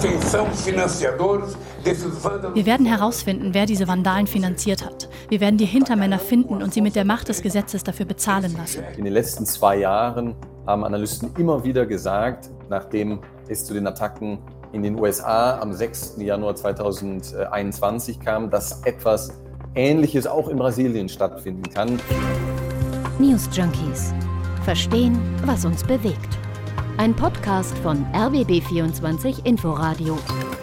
Wir werden herausfinden, wer diese Vandalen finanziert hat. Wir werden die Hintermänner finden und sie mit der Macht des Gesetzes dafür bezahlen lassen. In den letzten 2 Jahren haben Analysten immer wieder gesagt, nachdem es zu den Attacken in den USA am 6. Januar 2021 kam, dass etwas Ähnliches auch in Brasilien stattfinden kann. News Junkies. Verstehen, was uns bewegt. Ein Podcast von RBB24 Inforadio.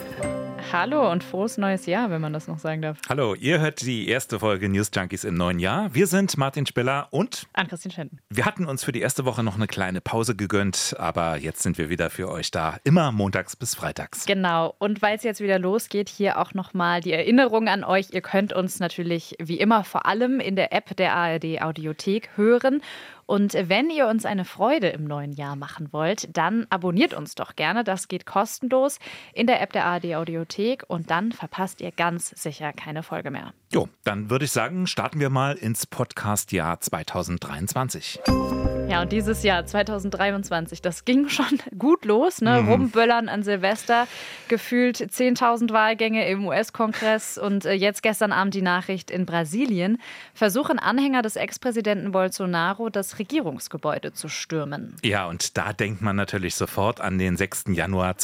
Hallo und frohes neues Jahr, wenn man das noch sagen darf. Hallo, ihr hört die erste Folge News Junkies im neuen Jahr. Wir sind Martin Spiller und Ann-Christine Schenten. Wir hatten uns für die erste Woche noch eine kleine Pause gegönnt, aber jetzt sind wir wieder für euch da, immer montags bis freitags. Genau, und weil es jetzt wieder losgeht, hier auch nochmal die Erinnerung an euch. Ihr könnt uns natürlich wie immer vor allem in der App der ARD Audiothek hören. Und wenn ihr uns eine Freude im neuen Jahr machen wollt, dann abonniert uns doch gerne. Das geht kostenlos in der App der ARD Audiothek und dann verpasst ihr ganz sicher keine Folge mehr. Jo, dann würde ich sagen, starten wir mal ins Podcast-Jahr 2023. Ja, und dieses Jahr 2023, das ging schon gut los, ne? Rumböllern an Silvester, gefühlt 10.000 Wahlgänge im US-Kongress und jetzt gestern Abend die Nachricht in Brasilien, versuchen Anhänger des Ex-Präsidenten Bolsonaro, das Regierungsgebäude zu stürmen. Ja, und da denkt man natürlich sofort an den 6. Januar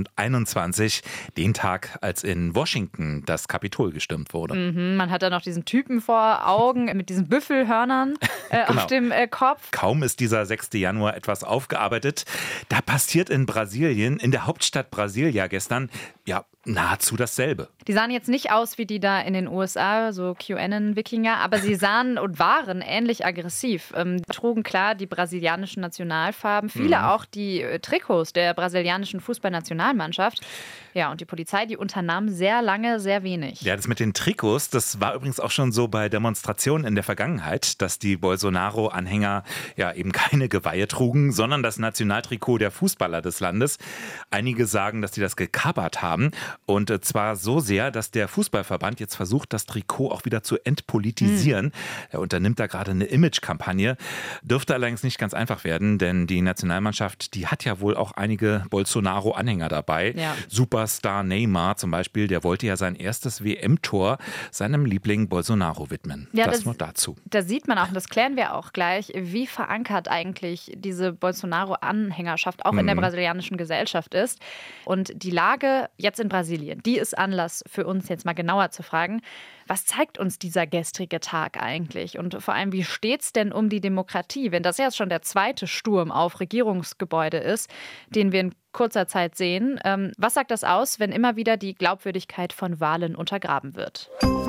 2021, den Tag, als in Washington das Kapitol gestürmt wurde. Man hat da noch diesen Typen vor Augen mit diesen Büffelhörnern Genau. auf dem Kopf. Kaum ist dieser 6. Januar etwas aufgearbeitet. Da passiert in Brasilien, in der Hauptstadt Brasilia gestern, ja, nahezu dasselbe. Die sahen jetzt nicht aus wie die da in den USA, so QAnon-Wikinger, aber sie sahen und waren ähnlich aggressiv. Trugen klar die brasilianischen Nationalfarben, viele auch die Trikots der brasilianischen Fußballnationalmannschaft. Ja, und die Polizei, die unternahm sehr lange sehr wenig. Ja, das mit den Trikots, das war übrigens auch schon so bei Demonstrationen in der Vergangenheit, dass die Bolsonaro-Anhänger ja eben keine Geweihe trugen, sondern das Nationaltrikot der Fußballer des Landes. Einige sagen, dass die das gekapert haben. Und zwar so sehr, dass der Fußballverband jetzt versucht, das Trikot auch wieder zu entpolitisieren. Er unternimmt da gerade eine Image-Kampagne. Dürfte allerdings nicht ganz einfach werden, denn die Nationalmannschaft, die hat ja wohl auch einige Bolsonaro-Anhänger dabei. Ja. Superstar Neymar zum Beispiel, der wollte ja sein erstes WM-Tor seinem Liebling Bolsonaro widmen. Ja, das nur dazu. Da sieht man auch, und das klären wir auch gleich, wie verankert eigentlich diese Bolsonaro-Anhängerschaft auch in der brasilianischen Gesellschaft ist. Und die Lage jetzt in Brasilien, die ist Anlass für uns jetzt mal genauer zu fragen, was zeigt uns dieser gestrige Tag eigentlich? Und vor allem, wie steht es denn um die Demokratie, wenn das jetzt schon der zweite Sturm auf Regierungsgebäude ist, den wir in kurzer Zeit sehen? Was sagt das aus, wenn immer wieder die Glaubwürdigkeit von Wahlen untergraben wird?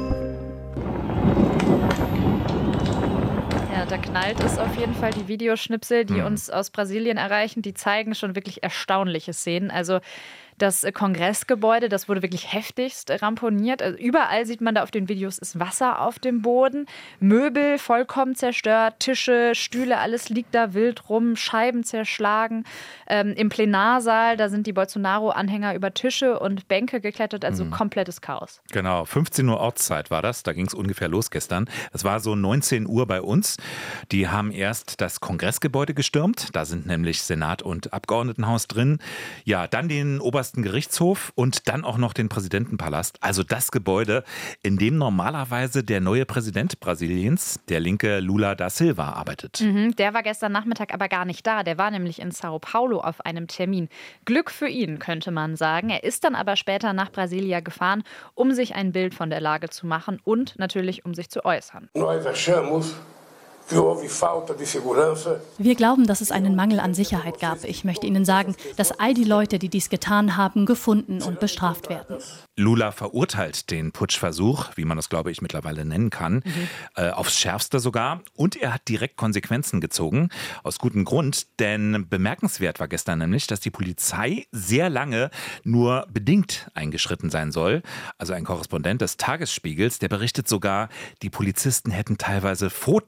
Ja, da knallt es auf jeden Fall. Die Videoschnipsel, die uns aus Brasilien erreichen, die zeigen schon wirklich erstaunliche Szenen. Also das Kongressgebäude, das wurde wirklich heftigst ramponiert. Also überall sieht man da auf den Videos, ist Wasser auf dem Boden, Möbel vollkommen zerstört, Tische, Stühle, alles liegt da wild rum, Scheiben zerschlagen. Im Plenarsaal, da sind die Bolsonaro-Anhänger über Tische und Bänke geklettert, also komplettes Chaos. Genau, 15 Uhr Ortszeit war das, da ging es ungefähr los gestern. Es war so 19 Uhr bei uns. Die haben erst das Kongressgebäude gestürmt, da sind nämlich Senat und Abgeordnetenhaus drin. Ja, dann den obersten Gerichtshof und dann auch noch den Präsidentenpalast. Also das Gebäude, in dem normalerweise der neue Präsident Brasiliens, der linke Lula da Silva, arbeitet. Der war gestern Nachmittag aber gar nicht da. Der war nämlich in Sao Paulo auf einem Termin. Glück für ihn, könnte man sagen. Er ist dann aber später nach Brasilia gefahren, um sich ein Bild von der Lage zu machen und natürlich, um sich zu äußern. Wir glauben, dass es einen Mangel an Sicherheit gab. Ich möchte Ihnen sagen, dass all die Leute, die dies getan haben, gefunden und bestraft werden. Lula verurteilt den Putschversuch, wie man das, glaube ich, mittlerweile nennen kann, aufs Schärfste sogar. Und er hat direkt Konsequenzen gezogen, aus gutem Grund. Denn bemerkenswert war gestern nämlich, dass die Polizei sehr lange nur bedingt eingeschritten sein soll. Also ein Korrespondent des Tagesspiegels, der berichtet sogar, die Polizisten hätten teilweise Fotos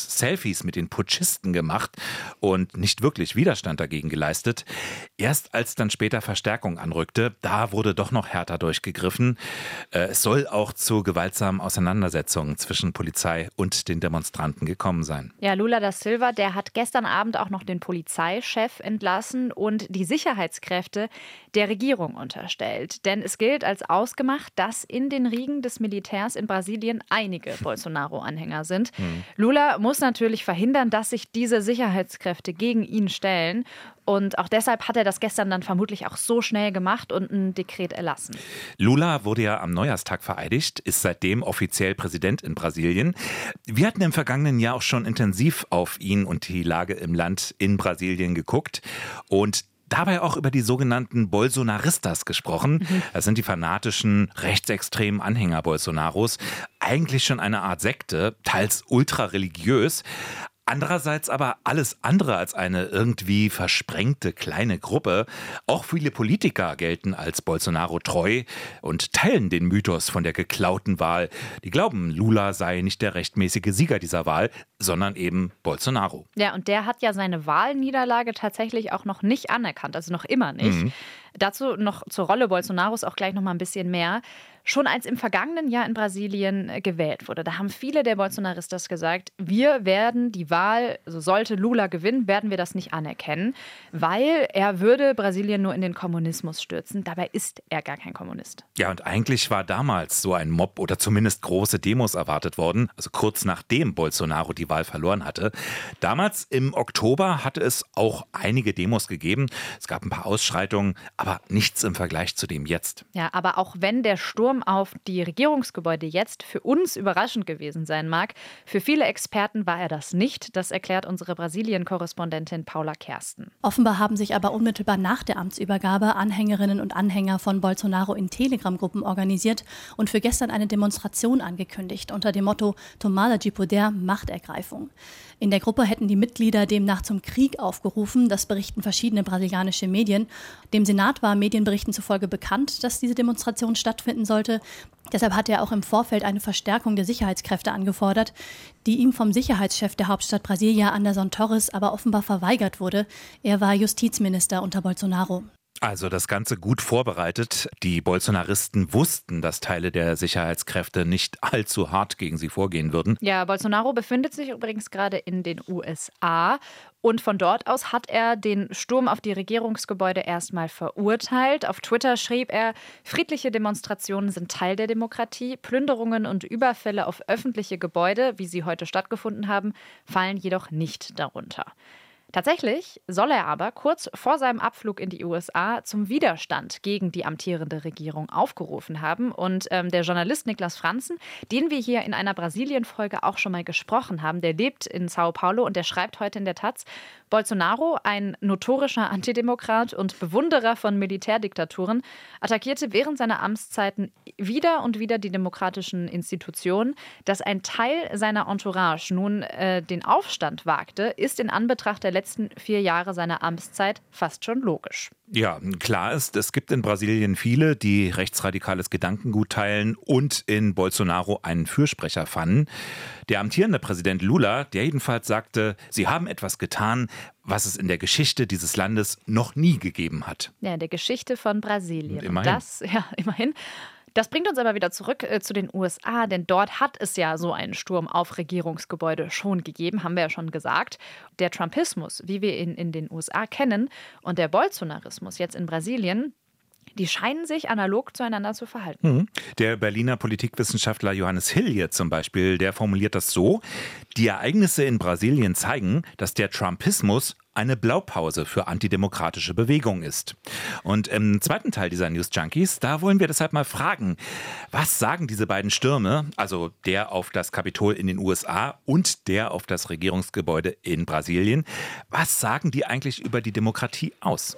Selfies mit den Putschisten gemacht und nicht wirklich Widerstand dagegen geleistet. Erst als dann später Verstärkung anrückte, da wurde doch noch härter durchgegriffen. Es soll auch zu gewaltsamen Auseinandersetzungen zwischen Polizei und den Demonstranten gekommen sein. Ja, Lula da Silva, der hat gestern Abend auch noch den Polizeichef entlassen und die Sicherheitskräfte der Regierung unterstellt. Denn es gilt als ausgemacht, dass in den Riegen des Militärs in Brasilien einige Bolsonaro-Anhänger sind. Lula muss natürlich verhindern, dass sich diese Sicherheitskräfte gegen ihn stellen. Und auch deshalb hat er das gestern dann vermutlich auch so schnell gemacht und ein Dekret erlassen. Lula wurde ja am Neujahrstag vereidigt, ist seitdem offiziell Präsident in Brasilien. Wir hatten im vergangenen Jahr auch schon intensiv auf ihn und die Lage im Land in Brasilien geguckt und dabei auch über die sogenannten Bolsonaristas gesprochen. Das sind die fanatischen, rechtsextremen Anhänger Bolsonaros. Eigentlich schon eine Art Sekte, teils ultrareligiös. Andererseits aber alles andere als eine irgendwie versprengte kleine Gruppe. Auch viele Politiker gelten als Bolsonaro treu und teilen den Mythos von der geklauten Wahl. Die glauben, Lula sei nicht der rechtmäßige Sieger dieser Wahl, sondern eben Bolsonaro. Ja, und der hat ja seine Wahlniederlage tatsächlich auch noch nicht anerkannt, also noch immer nicht. Dazu noch zur Rolle Bolsonaros auch gleich noch mal ein bisschen mehr. Schon als im vergangenen Jahr in Brasilien gewählt wurde, da haben viele der Bolsonaristas gesagt, wir werden die Wahl, also sollte Lula gewinnen, werden wir das nicht anerkennen, weil er würde Brasilien nur in den Kommunismus stürzen. Dabei ist er gar kein Kommunist. Ja, und eigentlich war damals so ein Mob oder zumindest große Demos erwartet worden, also kurz nachdem Bolsonaro die Wahl verloren hatte. Damals im Oktober hatte es auch einige Demos gegeben. Es gab ein paar Ausschreitungen, aber nichts im Vergleich zu dem jetzt. Ja, aber auch wenn der Sturm auf die Regierungsgebäude jetzt für uns überraschend gewesen sein mag, für viele Experten war er das nicht. Das erklärt unsere Brasilien-Korrespondentin Paula Kersten. Offenbar haben sich aber unmittelbar nach der Amtsübergabe Anhängerinnen und Anhänger von Bolsonaro in Telegram-Gruppen organisiert und für gestern eine Demonstration angekündigt unter dem Motto Tomada de Poder, Machtergreifung. In der Gruppe hätten die Mitglieder demnach zum Krieg aufgerufen, das berichten verschiedene brasilianische Medien. Dem Senat war Medienberichten zufolge bekannt, dass diese Demonstration stattfinden sollte. Deshalb hat er auch im Vorfeld eine Verstärkung der Sicherheitskräfte angefordert, die ihm vom Sicherheitschef der Hauptstadt Brasilia, Anderson Torres, aber offenbar verweigert wurde. Er war Justizminister unter Bolsonaro. Also das Ganze gut vorbereitet. Die Bolsonaristen wussten, dass Teile der Sicherheitskräfte nicht allzu hart gegen sie vorgehen würden. Ja, Bolsonaro befindet sich übrigens gerade in den USA. Und von dort aus hat er den Sturm auf die Regierungsgebäude erstmal verurteilt. Auf Twitter schrieb er, friedliche Demonstrationen sind Teil der Demokratie. Plünderungen und Überfälle auf öffentliche Gebäude, wie sie heute stattgefunden haben, fallen jedoch nicht darunter. Tatsächlich soll er aber kurz vor seinem Abflug in die USA zum Widerstand gegen die amtierende Regierung aufgerufen haben. Und der Journalist Niklas Franzen, den wir hier in einer Brasilien-Folge auch schon mal gesprochen haben, der lebt in Sao Paulo und der schreibt heute in der Taz, Bolsonaro, ein notorischer Antidemokrat und Bewunderer von Militärdiktaturen, attackierte während seiner Amtszeiten wieder und wieder die demokratischen Institutionen. Dass ein Teil seiner Entourage nun den Aufstand wagte, ist in Anbetracht der letzten 4 Jahre seiner Amtszeit fast schon logisch. Ja, klar ist, es gibt in Brasilien viele, die rechtsradikales Gedankengut teilen und in Bolsonaro einen Fürsprecher fanden. Der amtierende Präsident Lula, der jedenfalls sagte, sie haben etwas getan, was es in der Geschichte dieses Landes noch nie gegeben hat. Ja, in der Geschichte von Brasilien. Immerhin. Immerhin. Das bringt uns aber wieder zurück zu den USA, denn dort hat es ja so einen Sturm auf Regierungsgebäude schon gegeben, haben wir ja schon gesagt. Der Trumpismus, wie wir ihn in den USA kennen, und der Bolsonarismus jetzt in Brasilien, die scheinen sich analog zueinander zu verhalten. Der Berliner Politikwissenschaftler Johannes Hilje zum Beispiel, der formuliert das so: Die Ereignisse in Brasilien zeigen, dass der Trumpismus eine Blaupause für antidemokratische Bewegung ist. Und im zweiten Teil dieser News Junkies, da wollen wir deshalb mal fragen, was sagen diese beiden Stürme, also der auf das Kapitol in den USA und der auf das Regierungsgebäude in Brasilien, was sagen die eigentlich über die Demokratie aus?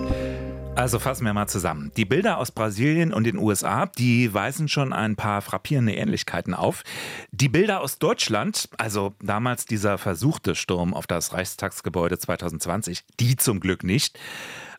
Also fassen wir mal zusammen. Die Bilder aus Brasilien und den USA, die weisen schon ein paar frappierende Ähnlichkeiten auf. Die Bilder aus Deutschland, also damals dieser versuchte Sturm auf das Reichstagsgebäude 2020, die zum Glück nicht.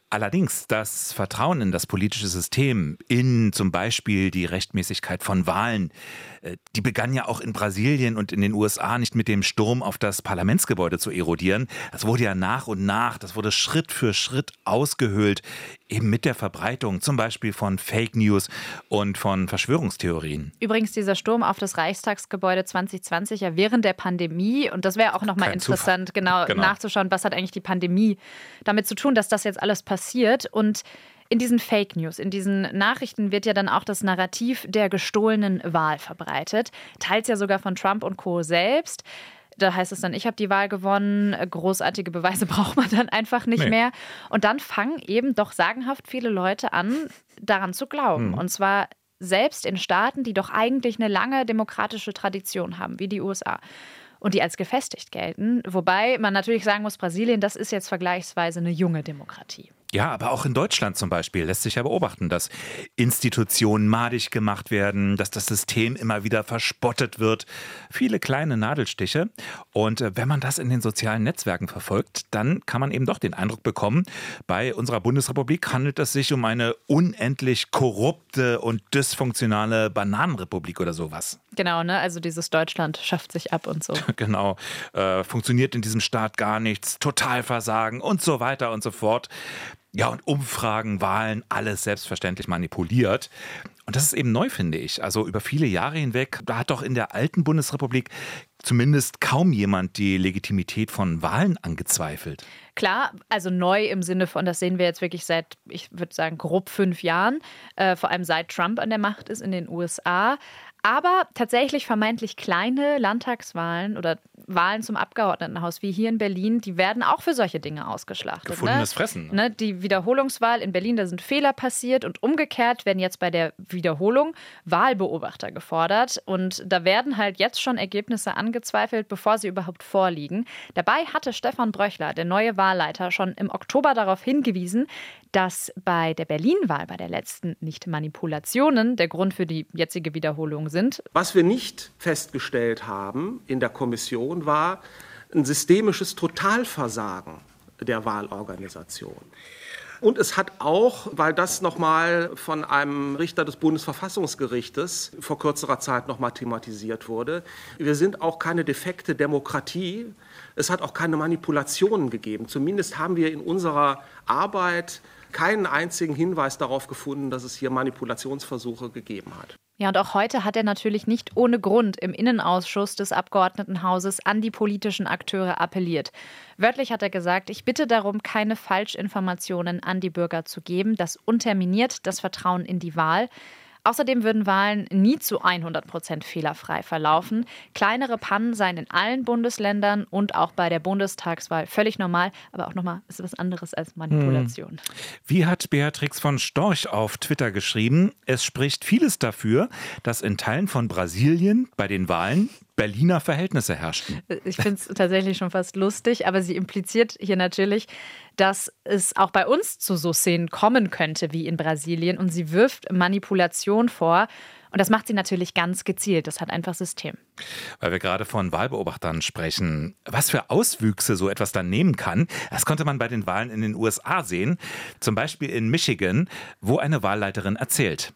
Allerdings das Vertrauen in das politische System, in zum Beispiel die Rechtmäßigkeit von Wahlen, die begann ja auch in Brasilien und in den USA nicht mit dem Sturm auf das Parlamentsgebäude zu erodieren. Das wurde ja nach und nach, das wurde Schritt für Schritt ausgehöhlt, eben mit der Verbreitung zum Beispiel von Fake News und von Verschwörungstheorien. Übrigens dieser Sturm auf das Reichstagsgebäude 2020 ja während der Pandemie, und das wäre auch nochmal interessant, genau nachzuschauen, was hat eigentlich die Pandemie damit zu tun, dass das jetzt alles passiert. Und in diesen Fake News, in diesen Nachrichten wird ja dann auch das Narrativ der gestohlenen Wahl verbreitet. Teils ja sogar von Trump und Co. selbst. Da heißt es dann, ich habe die Wahl gewonnen, großartige Beweise braucht man dann einfach nicht mehr. Und dann fangen eben doch sagenhaft viele Leute an, daran zu glauben. Und zwar selbst in Staaten, die doch eigentlich eine lange demokratische Tradition haben, wie die USA. Und die als gefestigt gelten. Wobei man natürlich sagen muss, Brasilien, das ist jetzt vergleichsweise eine junge Demokratie. Ja, aber auch in Deutschland zum Beispiel lässt sich ja beobachten, dass Institutionen madig gemacht werden, dass das System immer wieder verspottet wird. Viele kleine Nadelstiche. Und wenn man das in den sozialen Netzwerken verfolgt, dann kann man eben doch den Eindruck bekommen, bei unserer Bundesrepublik handelt es sich um eine unendlich korrupte und dysfunktionale Bananenrepublik oder sowas. Genau, ne? Also dieses Deutschland schafft sich ab und so. Genau, funktioniert in diesem Staat gar nichts, Totalversagen und so weiter und so fort. Ja, und Umfragen, Wahlen, alles selbstverständlich manipuliert. Und das ist eben neu, finde ich. Also über viele Jahre hinweg, da hat doch in der alten Bundesrepublik zumindest kaum jemand die Legitimität von Wahlen angezweifelt. Klar, also neu im Sinne von, das sehen wir jetzt wirklich seit, ich würde sagen, grob 5 Jahren, vor allem seit Trump an der Macht ist in den USA. Aber tatsächlich vermeintlich kleine Landtagswahlen oder Wahlen zum Abgeordnetenhaus wie hier in Berlin, die werden auch für solche Dinge ausgeschlachtet. Gefundenes Fressen. Ne? Die Wiederholungswahl in Berlin, da sind Fehler passiert und umgekehrt werden jetzt bei der Wiederholung Wahlbeobachter gefordert. Und da werden halt jetzt schon Ergebnisse angezweifelt, bevor sie überhaupt vorliegen. Dabei hatte Stefan Bröchler, der neue Wahlleiter, schon im Oktober darauf hingewiesen, dass bei der Berlin-Wahl, bei der letzten, nicht Manipulationen der Grund für die jetzige Wiederholung sind. Was wir nicht festgestellt haben in der Kommission war ein systemisches Totalversagen der Wahlorganisation. Und es hat auch, weil das nochmal von einem Richter des Bundesverfassungsgerichtes vor kürzerer Zeit nochmal thematisiert wurde, wir sind auch keine defekte Demokratie. Es hat auch keine Manipulationen gegeben. Zumindest haben wir in unserer Arbeit keinen einzigen Hinweis darauf gefunden, dass es hier Manipulationsversuche gegeben hat. Ja, und auch heute hat er natürlich nicht ohne Grund im Innenausschuss des Abgeordnetenhauses an die politischen Akteure appelliert. Wörtlich hat er gesagt, ich bitte darum, keine Falschinformationen an die Bürger zu geben. Das unterminiert das Vertrauen in die Wahl. Außerdem würden Wahlen nie zu 100% fehlerfrei verlaufen. Kleinere Pannen seien in allen Bundesländern und auch bei der Bundestagswahl völlig normal. Aber auch nochmal, ist was anderes als Manipulation. Wie hat Beatrix von Storch auf Twitter geschrieben, es spricht vieles dafür, dass in Teilen von Brasilien bei den Wahlen Berliner Verhältnisse herrschten. Ich finde es tatsächlich schon fast lustig, aber sie impliziert hier natürlich, dass es auch bei uns zu so Szenen kommen könnte wie in Brasilien. Und sie wirft Manipulation vor. Und das macht sie natürlich ganz gezielt. Das hat einfach System. Weil wir gerade von Wahlbeobachtern sprechen. Was für Auswüchse so etwas dann nehmen kann, das konnte man bei den Wahlen in den USA sehen. Zum Beispiel in Michigan, wo eine Wahlleiterin erzählt.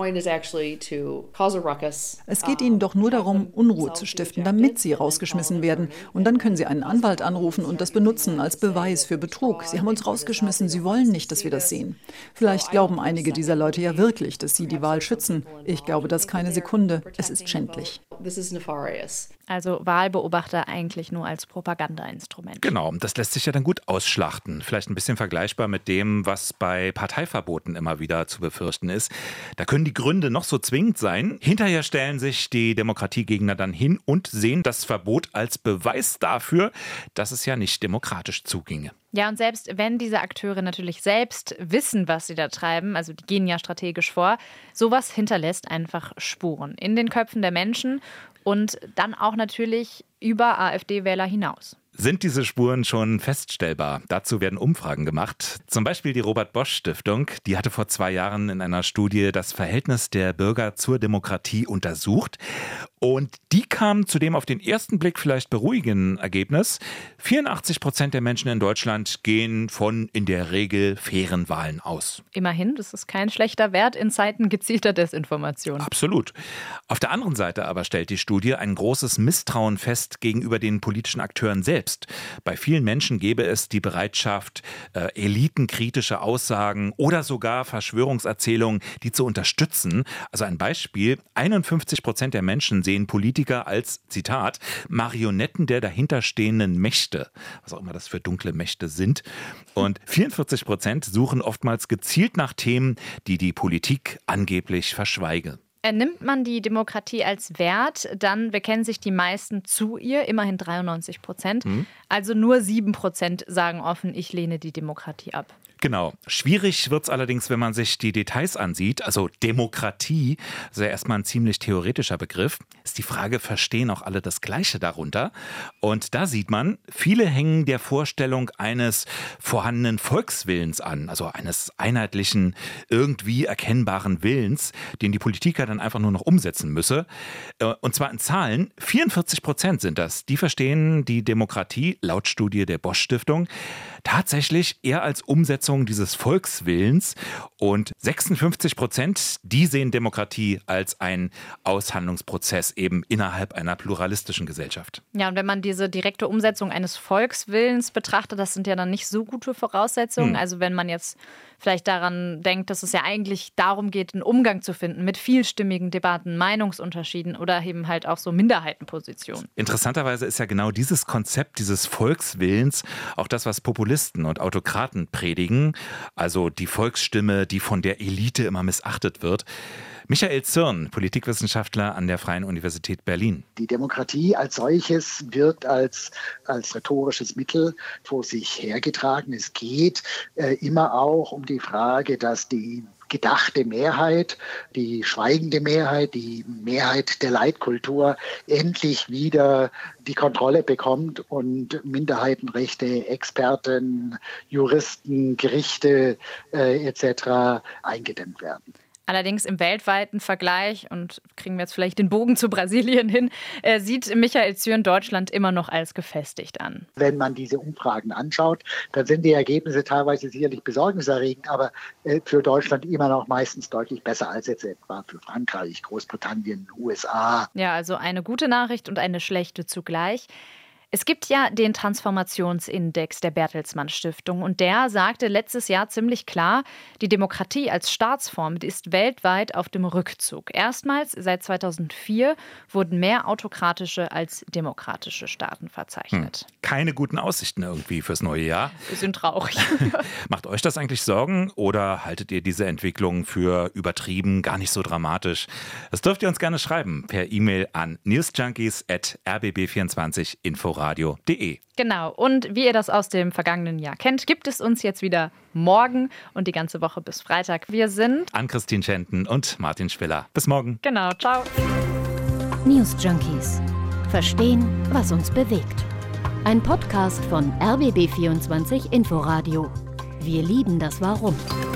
Es geht ihnen doch nur darum, Unruhe zu stiften, damit sie rausgeschmissen werden. Und dann können sie einen Anwalt anrufen und das benutzen als Beweis für Betrug. Sie haben uns rausgeschmissen, sie wollen nicht, dass wir das sehen. Vielleicht glauben einige dieser Leute ja wirklich, dass sie die Wahl schützen. Ich glaube das keine Sekunde. Es ist schändlich. Also Wahlbeobachter eigentlich nur als Propagandainstrument. Genau, das lässt sich ja dann gut ausschlachten. Vielleicht ein bisschen vergleichbar mit dem, was bei Parteiverboten immer wieder zu befürchten ist. Da können die Gründe noch so zwingend sein. Hinterher stellen sich die Demokratiegegner dann hin und sehen das Verbot als Beweis dafür, dass es ja nicht demokratisch zuginge. Ja, und selbst wenn diese Akteure natürlich selbst wissen, was sie da treiben, also die gehen ja strategisch vor, sowas hinterlässt einfach Spuren in den Köpfen der Menschen und dann auch natürlich über AfD-Wähler hinaus. Sind diese Spuren schon feststellbar? Dazu werden Umfragen gemacht. Zum Beispiel die Robert-Bosch-Stiftung. Die hatte vor 2 Jahren in einer Studie das Verhältnis der Bürger zur Demokratie untersucht. Und die kam zu dem auf den ersten Blick vielleicht beruhigenden Ergebnis: 84% der Menschen in Deutschland gehen von in der Regel fairen Wahlen aus. Immerhin, das ist kein schlechter Wert in Zeiten gezielter Desinformation. Absolut. Auf der anderen Seite aber stellt die Studie ein großes Misstrauen fest gegenüber den politischen Akteuren selbst. Bei vielen Menschen gäbe es die Bereitschaft, elitenkritische Aussagen oder sogar Verschwörungserzählungen, die zu unterstützen. Also ein Beispiel: 51% der Menschen sehen Politiker als, Zitat, Marionetten der dahinterstehenden Mächte, was auch immer das für dunkle Mächte sind. Und 44% suchen oftmals gezielt nach Themen, die die Politik angeblich verschweige. Nimmt man die Demokratie als Wert, dann bekennen sich die meisten zu ihr, immerhin 93%. Also nur 7% sagen offen, ich lehne die Demokratie ab. Genau. Schwierig wird es allerdings, wenn man sich die Details ansieht. Also Demokratie, das ist ja erstmal ein ziemlich theoretischer Begriff. Ist die Frage, verstehen auch alle das Gleiche darunter? Und da sieht man, viele hängen der Vorstellung eines vorhandenen Volkswillens an. Also eines einheitlichen, irgendwie erkennbaren Willens, den die Politiker dann einfach nur noch umsetzen müsse. Und zwar in Zahlen: 44% sind das. Die verstehen die Demokratie, laut Studie der Bosch-Stiftung, tatsächlich eher als Umsetzung dieses Volkswillens, und 56%, die sehen Demokratie als einen Aushandlungsprozess eben innerhalb einer pluralistischen Gesellschaft. Ja, und wenn man diese direkte Umsetzung eines Volkswillens betrachtet, das sind ja dann nicht so gute Voraussetzungen. Also wenn man jetzt vielleicht daran denkt, dass es ja eigentlich darum geht, einen Umgang zu finden mit vielstimmigen Debatten, Meinungsunterschieden oder eben halt auch so Minderheitenpositionen. Interessanterweise ist ja genau dieses Konzept dieses Volkswillens auch das, was Populisten und Autokraten predigen, also die Volksstimme, die von der Elite immer missachtet wird. Michael Zürn, Politikwissenschaftler an der Freien Universität Berlin. Die Demokratie als solches wird als rhetorisches Mittel vor sich hergetragen. Es geht immer auch um die Frage, dass die gedachte Mehrheit, die schweigende Mehrheit, die Mehrheit der Leitkultur endlich wieder die Kontrolle bekommt und Minderheitenrechte, Experten, Juristen, Gerichte etc. eingedämmt werden. Allerdings im weltweiten Vergleich, und kriegen wir jetzt vielleicht den Bogen zu Brasilien hin, sieht Michael Zürn Deutschland immer noch als gefestigt an. Wenn man diese Umfragen anschaut, dann sind die Ergebnisse teilweise sicherlich besorgniserregend, aber für Deutschland immer noch meistens deutlich besser als jetzt etwa für Frankreich, Großbritannien, USA. Ja, also eine gute Nachricht und eine schlechte zugleich. Es gibt ja den Transformationsindex der Bertelsmann Stiftung, und der sagte letztes Jahr ziemlich klar, die Demokratie als Staatsform ist weltweit auf dem Rückzug. Erstmals seit 2004 wurden mehr autokratische als demokratische Staaten verzeichnet. Keine guten Aussichten irgendwie fürs neue Jahr. Wir sind traurig. Macht euch das eigentlich Sorgen oder haltet ihr diese Entwicklung für übertrieben, gar nicht so dramatisch? Das dürft ihr uns gerne schreiben per E-Mail an newsjunkies@rbb24inforadio.de. Genau, und wie ihr das aus dem vergangenen Jahr kennt, gibt es uns jetzt wieder morgen und die ganze Woche bis Freitag. Wir sind Ann-Christine Schenten und Martin Schwiller. Bis morgen. Genau, ciao. News Junkies. Verstehen, was uns bewegt. Ein Podcast von RBB24 Inforadio. Wir lieben das Warum.